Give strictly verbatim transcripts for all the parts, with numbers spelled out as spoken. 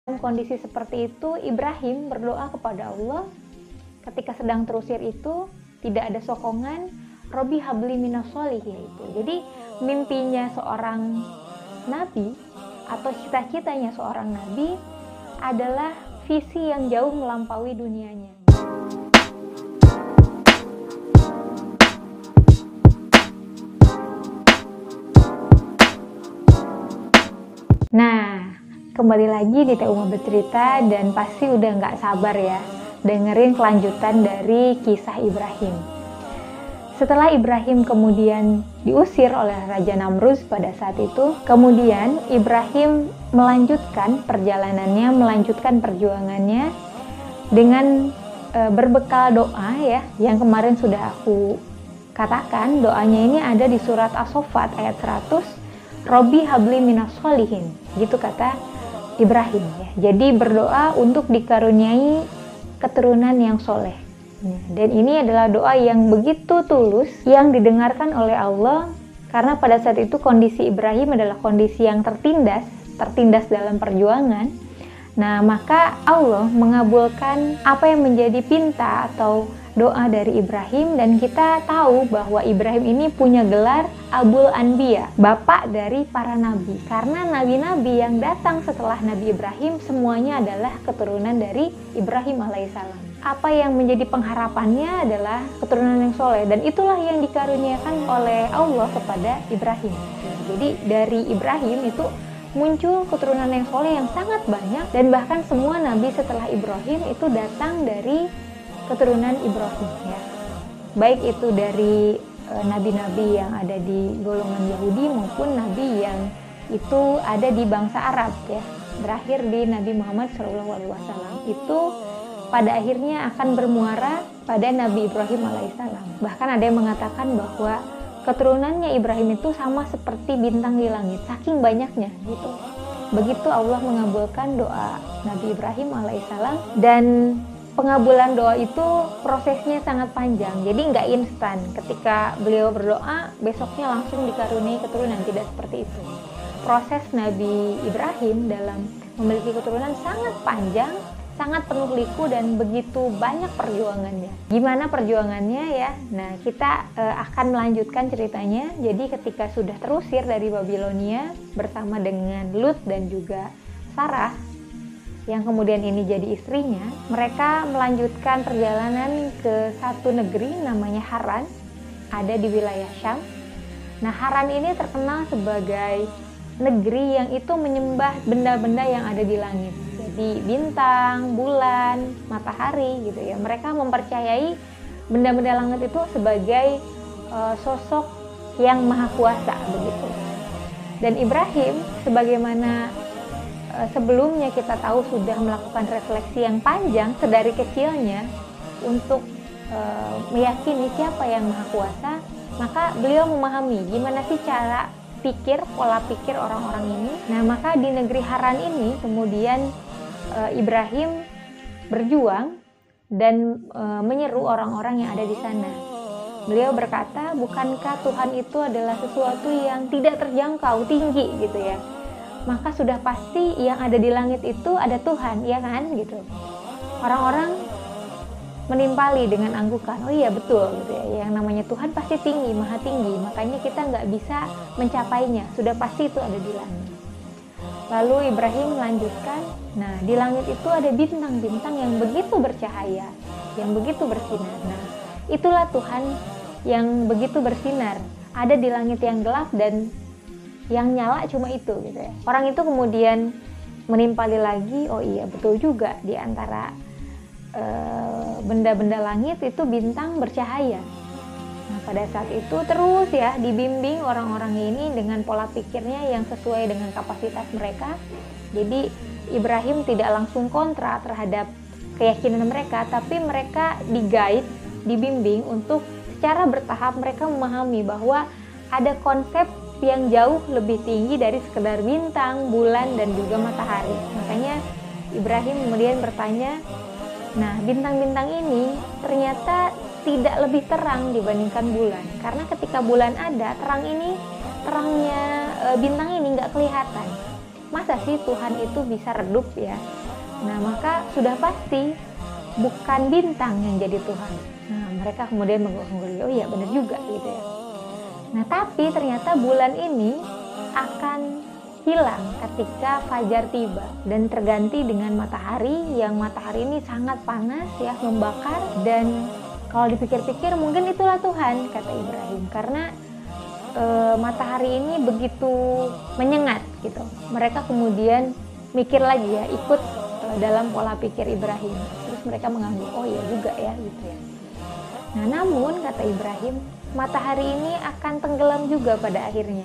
Kondisi seperti itu, Ibrahim berdoa kepada Allah ketika sedang terusir itu, tidak ada sokongan, Robbi habli minas sholihin itu. Jadi mimpinya seorang nabi atau cita-citanya seorang nabi adalah visi yang jauh melampaui dunianya. Nah, kembali lagi di Teh Uma Bercerita, dan pasti udah nggak sabar ya dengerin kelanjutan dari kisah Ibrahim. Setelah Ibrahim kemudian diusir oleh Raja Namrud pada saat itu, kemudian Ibrahim melanjutkan perjalanannya, melanjutkan perjuangannya dengan e, berbekal doa ya, yang kemarin sudah aku katakan. Doanya ini ada di surat As-Saffat ayat seratus, Robbi habli minas sholihin, gitu kata Ibrahim ya. Jadi berdoa untuk dikaruniai keturunan yang soleh. Dan ini adalah doa yang begitu tulus, yang didengarkan oleh Allah, karena pada saat itu kondisi Ibrahim adalah kondisi yang tertindas, tertindas dalam perjuangan. Nah, maka Allah mengabulkan apa yang menjadi pinta atau doa dari Ibrahim, dan kita tahu bahwa Ibrahim ini punya gelar Abul Anbiya, bapak dari para nabi, karena nabi-nabi yang datang setelah Nabi Ibrahim semuanya adalah keturunan dari Ibrahim alaihissalam. Apa yang menjadi pengharapannya adalah keturunan yang soleh, dan itulah yang dikaruniakan oleh Allah kepada Ibrahim. Jadi dari Ibrahim itu muncul keturunan yang soleh yang sangat banyak, dan bahkan semua nabi setelah Ibrahim itu datang dari keturunan Ibrahim ya. Baik itu dari e, nabi-nabi yang ada di golongan Yahudi maupun nabi yang itu ada di bangsa Arab ya. Berakhir di Nabi Muhammad shallallahu alaihi wasallam itu pada akhirnya akan bermuara pada Nabi Ibrahim alaihissalam. Bahkan ada yang mengatakan bahwa keturunannya Ibrahim itu sama seperti bintang di langit, saking banyaknya gitu. Begitu Allah mengabulkan doa Nabi Ibrahim alaihissalam, dan pengabulan doa itu prosesnya sangat panjang, jadi nggak instan. Ketika beliau berdoa, besoknya langsung dikaruniai keturunan, tidak seperti itu. Proses Nabi Ibrahim dalam memiliki keturunan sangat panjang, sangat penuh liku, dan begitu banyak perjuangannya. Gimana perjuangannya ya? Nah, kita e, akan melanjutkan ceritanya. Jadi ketika sudah terusir dari Babilonia bersama dengan Lut dan juga Sarah, yang kemudian ini jadi istrinya, mereka melanjutkan perjalanan ke satu negeri namanya Haran, ada di wilayah Syam. Nah, Haran ini terkenal sebagai negeri yang itu menyembah benda-benda yang ada di langit. Jadi bintang, bulan, matahari gitu ya. Mereka mempercayai benda-benda langit itu sebagai uh, sosok yang maha kuasa begitu. Dan Ibrahim sebagaimana sebelumnya kita tahu sudah melakukan refleksi yang panjang sedari kecilnya untuk e, meyakini siapa yang maha kuasa, maka beliau memahami gimana sih cara pikir, pola pikir orang-orang ini. Nah, maka di negeri Haran ini kemudian e, Ibrahim berjuang dan e, menyeru orang-orang yang ada di sana. Beliau berkata, bukankah Tuhan itu adalah sesuatu yang tidak terjangkau, tinggi gitu ya. Maka sudah pasti yang ada di langit itu ada Tuhan, ya kan gitu. Orang-orang menimpali dengan anggukan, oh iya betul gitu ya, yang namanya Tuhan pasti tinggi, maha tinggi, makanya kita nggak bisa mencapainya, sudah pasti itu ada di langit. Lalu Ibrahim melanjutkan, nah di langit itu ada bintang-bintang yang begitu bercahaya, yang begitu bersinar. Nah, itulah Tuhan yang begitu bersinar, ada di langit yang gelap, dan yang nyala cuma itu gitu ya. Orang itu kemudian menimpali lagi, oh iya betul juga, di antara e, benda-benda langit itu bintang bercahaya. Nah, pada saat itu terus ya dibimbing orang-orang ini dengan pola pikirnya yang sesuai dengan kapasitas mereka. Jadi Ibrahim tidak langsung kontra terhadap keyakinan mereka, tapi mereka di-guide, dibimbing untuk secara bertahap mereka memahami bahwa ada konsep yang jauh lebih tinggi dari sekedar bintang, bulan, dan juga matahari. Makanya Ibrahim kemudian bertanya, nah bintang-bintang ini ternyata tidak lebih terang dibandingkan bulan. Karena ketika bulan ada, terang ini, terangnya e, bintang ini nggak kelihatan. masa sih Tuhan itu bisa redup ya? Nah, maka sudah pasti bukan bintang yang jadi Tuhan. Nah, mereka kemudian mengguli, oh iya benar juga gitu ya. Nah, tapi ternyata bulan ini akan hilang ketika fajar tiba dan terganti dengan matahari, yang matahari ini sangat panas ya, membakar. Dan kalau dipikir-pikir mungkin itulah Tuhan, kata Ibrahim, karena e, matahari ini begitu menyengat gitu. Mereka kemudian mikir lagi ya, ikut e, dalam pola pikir Ibrahim. Terus mereka menganggap, oh iya juga ya gitu ya. Nah, namun kata Ibrahim, matahari ini akan tenggelam juga pada akhirnya.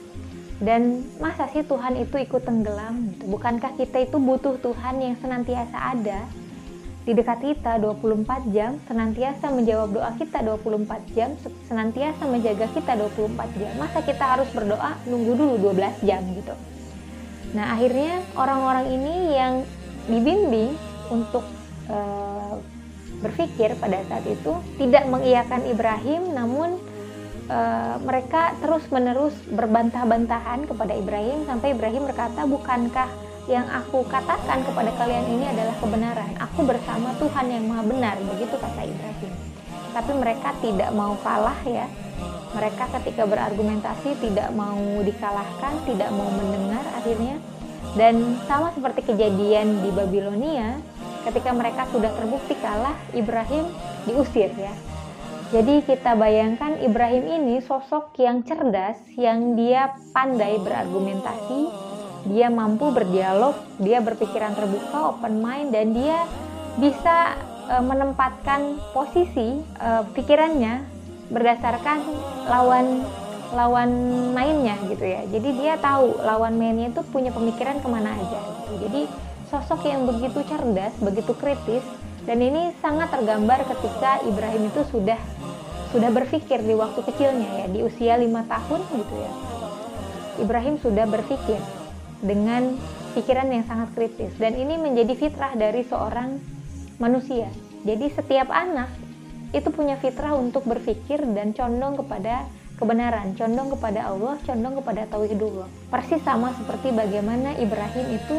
Dan masa sih Tuhan itu ikut tenggelam gitu? Bukankah kita itu butuh Tuhan yang senantiasa ada di dekat kita dua puluh empat jam, senantiasa menjawab doa kita dua puluh empat jam, senantiasa menjaga kita dua puluh empat jam. Masa kita harus berdoa nunggu dulu dua belas jam gitu? Nah, akhirnya orang-orang ini yang dibimbing untuk uh, berpikir pada saat itu tidak mengiyakan Ibrahim, namun Uh, mereka terus-menerus berbantah-bantahan kepada Ibrahim sampai Ibrahim berkata, bukankah yang aku katakan kepada kalian ini adalah kebenaran? Aku bersama Tuhan yang maha benar, begitu kata Ibrahim. Tapi mereka tidak mau kalah ya. Mereka ketika berargumentasi tidak mau dikalahkan, tidak mau mendengar akhirnya. Dan sama seperti kejadian di Babilonia, ketika mereka sudah terbukti kalah, Ibrahim diusir ya. Jadi kita bayangkan Ibrahim ini sosok yang cerdas, yang dia pandai berargumentasi, dia mampu berdialog, dia berpikiran terbuka, open mind, dan dia bisa e, menempatkan posisi e, pikirannya berdasarkan lawan lawan mainnya gitu ya. Jadi dia tahu lawan mainnya itu punya pemikiran kemana aja gitu. Jadi sosok yang begitu cerdas, begitu kritis, dan ini sangat tergambar ketika Ibrahim itu sudah sudah berpikir di waktu kecilnya ya, di usia lima tahun gitu ya. Ibrahim sudah berpikir dengan pikiran yang sangat kritis, dan ini menjadi fitrah dari seorang manusia. Jadi setiap anak itu punya fitrah untuk berpikir dan condong kepada kebenaran, condong kepada Allah, condong kepada tauhidullah. Persis sama seperti bagaimana Ibrahim itu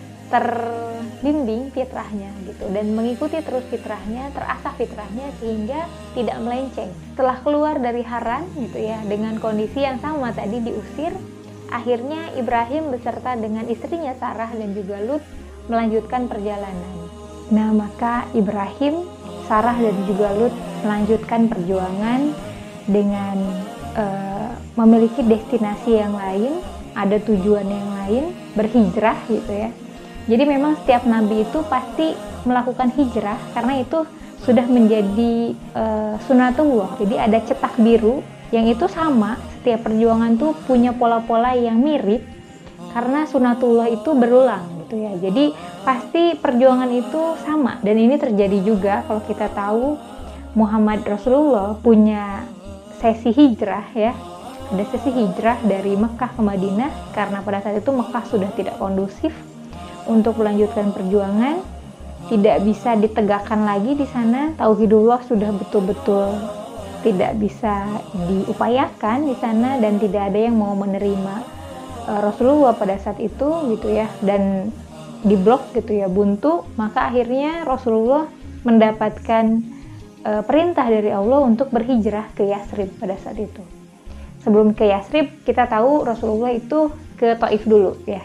terbimbing fitrahnya gitu, dan mengikuti terus fitrahnya, terasah fitrahnya sehingga tidak melenceng. Setelah keluar dari Haran gitu ya, dengan kondisi yang sama tadi diusir, akhirnya Ibrahim beserta dengan istrinya Sarah dan juga Lut melanjutkan perjalanan. Nah, maka Ibrahim, Sarah dan juga Lut melanjutkan perjuangan dengan uh, memiliki destinasi yang lain, ada tujuan yang lain, berhijrah gitu ya. Jadi memang setiap nabi itu pasti melakukan hijrah karena itu sudah menjadi uh, sunatullah. Jadi ada cetak biru yang itu sama, setiap perjuangan tuh punya pola-pola yang mirip karena sunatullah itu berulang gitu ya. Jadi pasti perjuangan itu sama, dan ini terjadi juga kalau kita tahu Muhammad Rasulullah punya sesi hijrah ya. Ada sesi hijrah dari Mekah ke Madinah karena pada saat itu Mekah sudah tidak kondusif untuk melanjutkan perjuangan, tidak bisa ditegakkan lagi di sana, tauhidullah sudah betul-betul tidak bisa diupayakan di sana, dan tidak ada yang mau menerima uh, Rasulullah pada saat itu gitu ya, dan diblok gitu ya, buntu. Maka akhirnya Rasulullah mendapatkan uh, perintah dari Allah untuk berhijrah ke Yasrib pada saat itu. Sebelum ke Yasrib, kita tahu Rasulullah itu ke Taif dulu ya.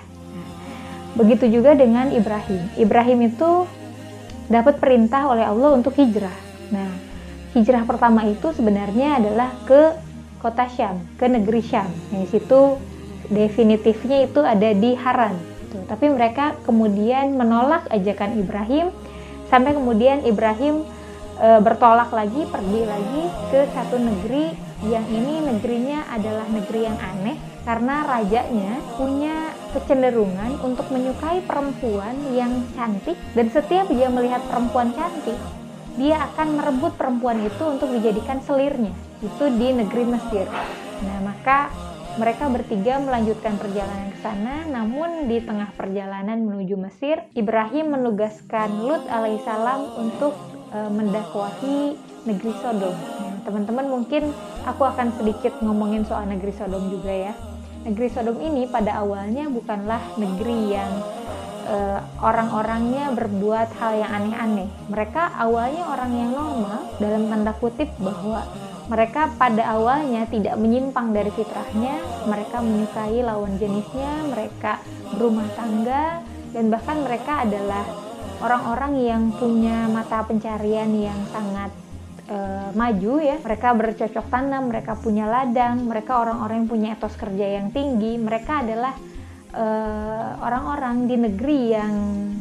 Begitu juga dengan Ibrahim. Ibrahim itu dapat perintah oleh Allah untuk hijrah. Nah, hijrah pertama itu sebenarnya adalah ke kota Syam, ke negeri Syam. Yang di situ definitifnya itu ada di Haran. Tuh. Tapi mereka kemudian menolak ajakan Ibrahim, sampai kemudian Ibrahim e, bertolak lagi, pergi lagi ke satu negeri yang ini negerinya adalah negeri yang aneh, karena rajanya punya kecenderungan untuk menyukai perempuan yang cantik, dan setiap dia melihat perempuan cantik, dia akan merebut perempuan itu untuk dijadikan selirnya. Itu di negeri Mesir. Nah, maka mereka bertiga melanjutkan perjalanan ke sana, namun di tengah perjalanan menuju Mesir, Ibrahim menugaskan Lut alaihissalam untuk e, mendakwahi negeri Sodom. Nah, teman-teman, mungkin aku akan sedikit ngomongin soal negeri Sodom juga ya. Negeri Sodom ini pada awalnya bukanlah negeri yang uh, orang-orangnya berbuat hal yang aneh-aneh. Mereka awalnya orang yang normal, dalam tanda kutip, bahwa mereka pada awalnya tidak menyimpang dari fitrahnya. Mereka menyukai lawan jenisnya, mereka berumah tangga, dan bahkan mereka adalah orang-orang yang punya mata pencarian yang sangat e, maju ya. Mereka bercocok tanam, mereka punya ladang, mereka orang-orang yang punya etos kerja yang tinggi. Mereka adalah e, orang-orang di negeri yang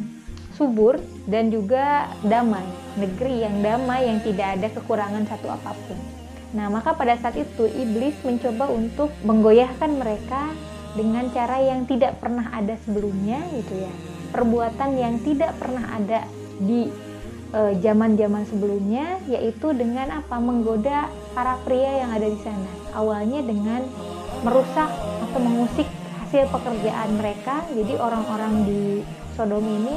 subur dan juga damai, negeri yang damai yang tidak ada kekurangan satu apapun. Nah, maka pada saat itu iblis mencoba untuk menggoyahkan mereka dengan cara yang tidak pernah ada sebelumnya gitu ya. Perbuatan yang tidak pernah ada di zaman-zaman e, sebelumnya, yaitu dengan apa? Menggoda para pria yang ada di sana. Awalnya dengan merusak atau mengusik hasil pekerjaan mereka. Jadi orang-orang di Sodom ini,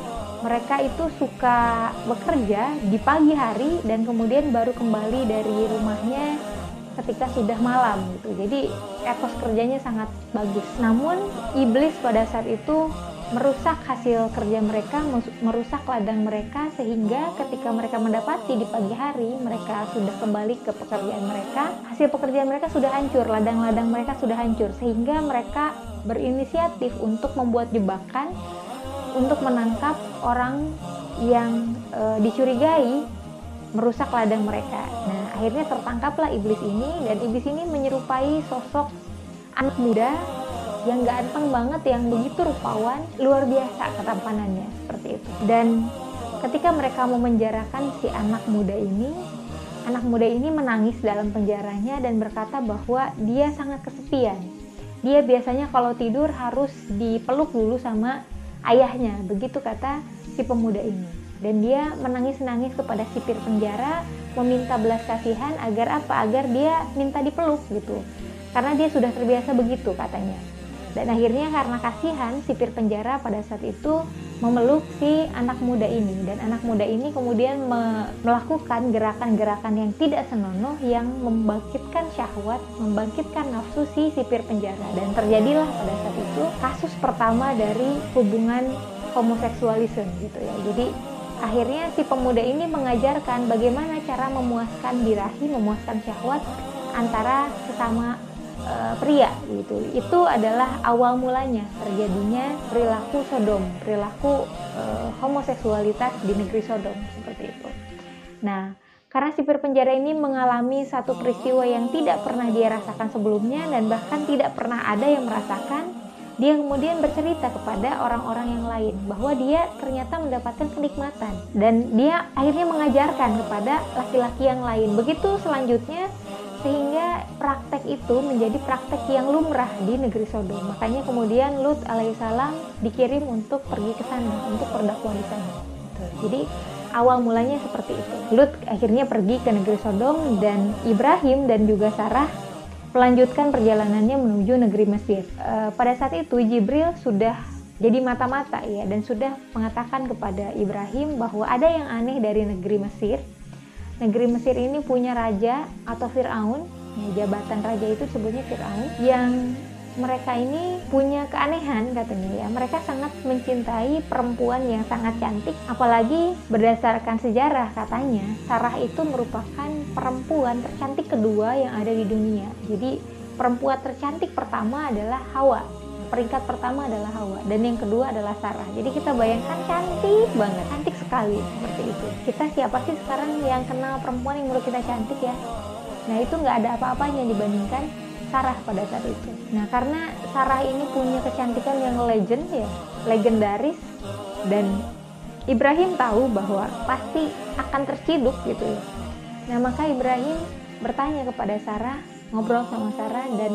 mereka itu suka bekerja di pagi hari dan kemudian baru kembali dari rumahnya ketika sudah malam gitu. Jadi etos kerjanya sangat bagus. Namun iblis pada saat itu merusak hasil kerja mereka, merusak ladang mereka, sehingga ketika mereka mendapati di pagi hari mereka sudah kembali ke pekerjaan mereka, hasil pekerjaan mereka sudah hancur, ladang-ladang mereka sudah hancur, sehingga mereka berinisiatif untuk membuat jebakan untuk menangkap orang yang e, dicurigai merusak ladang mereka. Nah, akhirnya tertangkaplah iblis ini, dan iblis ini menyerupai sosok anak muda yang ganteng banget, yang begitu rupawan, luar biasa ketampanannya, seperti itu. Dan ketika mereka memenjarakan si anak muda ini, anak muda ini menangis dalam penjaranya dan berkata bahwa dia sangat kesepian. Dia biasanya kalau tidur harus dipeluk dulu sama ayahnya, begitu kata si pemuda ini. Dan dia menangis-nangis kepada sipir penjara, meminta belas kasihan agar apa? Agar dia minta dipeluk gitu. Karena dia sudah terbiasa begitu katanya. Dan akhirnya karena kasihan, sipir penjara pada saat itu memeluk si anak muda ini. Dan anak muda ini kemudian me- melakukan gerakan-gerakan yang tidak senonoh yang membangkitkan syahwat, membangkitkan nafsu si sipir penjara. Dan terjadilah pada saat itu kasus pertama dari hubungan homoseksualisme gitu ya. Jadi akhirnya si pemuda ini mengajarkan bagaimana cara memuaskan birahi, memuaskan syahwat antara sesama pria gitu. Itu adalah awal mulanya terjadinya perilaku Sodom, perilaku e, homoseksualitas di negeri Sodom, seperti itu. Nah, karena sipir penjara ini mengalami satu peristiwa yang tidak pernah dia rasakan sebelumnya dan bahkan tidak pernah ada yang merasakan, dia kemudian bercerita kepada orang-orang yang lain bahwa dia ternyata mendapatkan kenikmatan, dan dia akhirnya mengajarkan kepada laki-laki yang lain. Begitu selanjutnya, sehingga praktek itu menjadi praktek yang lumrah di negeri Sodom. Makanya kemudian Lut alaihissalam dikirim untuk pergi ke sana, untuk berdakwah di sana. Jadi awal mulanya seperti itu. Lut akhirnya pergi ke negeri Sodom, dan Ibrahim dan juga Sarah melanjutkan perjalanannya menuju negeri Mesir. E, pada saat itu Jibril sudah jadi mata-mata ya, dan sudah mengatakan kepada Ibrahim bahwa ada yang aneh dari negeri Mesir. Negeri Mesir ini punya raja atau Fir'aun, ya, jabatan raja itu sebutnya Fir'aun, yang mereka ini punya keanehan katanya ya. Mereka sangat mencintai perempuan yang sangat cantik, apalagi berdasarkan sejarah katanya Sarah itu merupakan perempuan tercantik kedua yang ada di dunia. Jadi perempuan tercantik pertama adalah Hawa, peringkat pertama adalah Hawa, dan yang kedua adalah Sarah. Jadi kita bayangkan cantik banget, cantik sekali seperti itu. Kita siapa sih sekarang yang kenal perempuan yang menurut kita cantik ya? Nah, itu nggak ada apa-apanya dibandingkan Sarah pada saat itu. Nah, karena Sarah ini punya kecantikan yang legend ya, legendaris, dan Ibrahim tahu bahwa pasti akan terciduk gitu ya. Nah, maka Ibrahim bertanya kepada Sarah, ngobrol sama Sarah, dan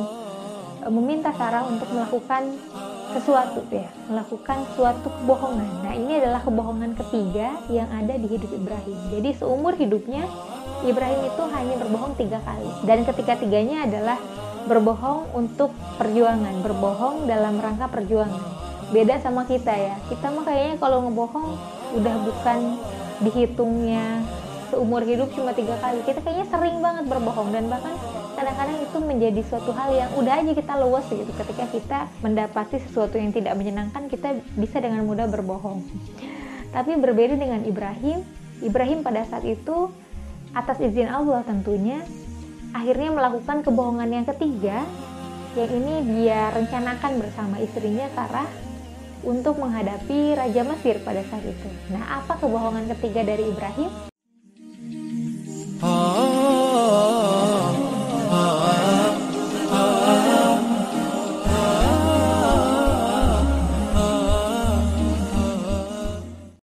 meminta Sarah untuk melakukan sesuatu ya, melakukan suatu kebohongan. Nah, ini adalah kebohongan ketiga yang ada di hidup Ibrahim. Jadi seumur hidupnya Ibrahim itu hanya berbohong tiga kali, dan ketiga-tiganya adalah berbohong untuk perjuangan, berbohong dalam rangka perjuangan. Beda sama kita ya, kita mah kayaknya kalau ngebohong udah bukan dihitungnya seumur hidup cuma tiga kali, kita kayaknya sering banget berbohong, dan bahkan kadang-kadang itu menjadi suatu hal yang udah aja kita luwes gitu. Ketika kita mendapati sesuatu yang tidak menyenangkan, kita bisa dengan mudah berbohong. Tapi berbeda dengan Ibrahim, Ibrahim pada saat itu atas izin Allah tentunya akhirnya melakukan kebohongan yang ketiga, yang ini dia rencanakan bersama istrinya Sarah untuk menghadapi Raja Mesir pada saat itu. Nah, apa kebohongan ketiga dari Ibrahim?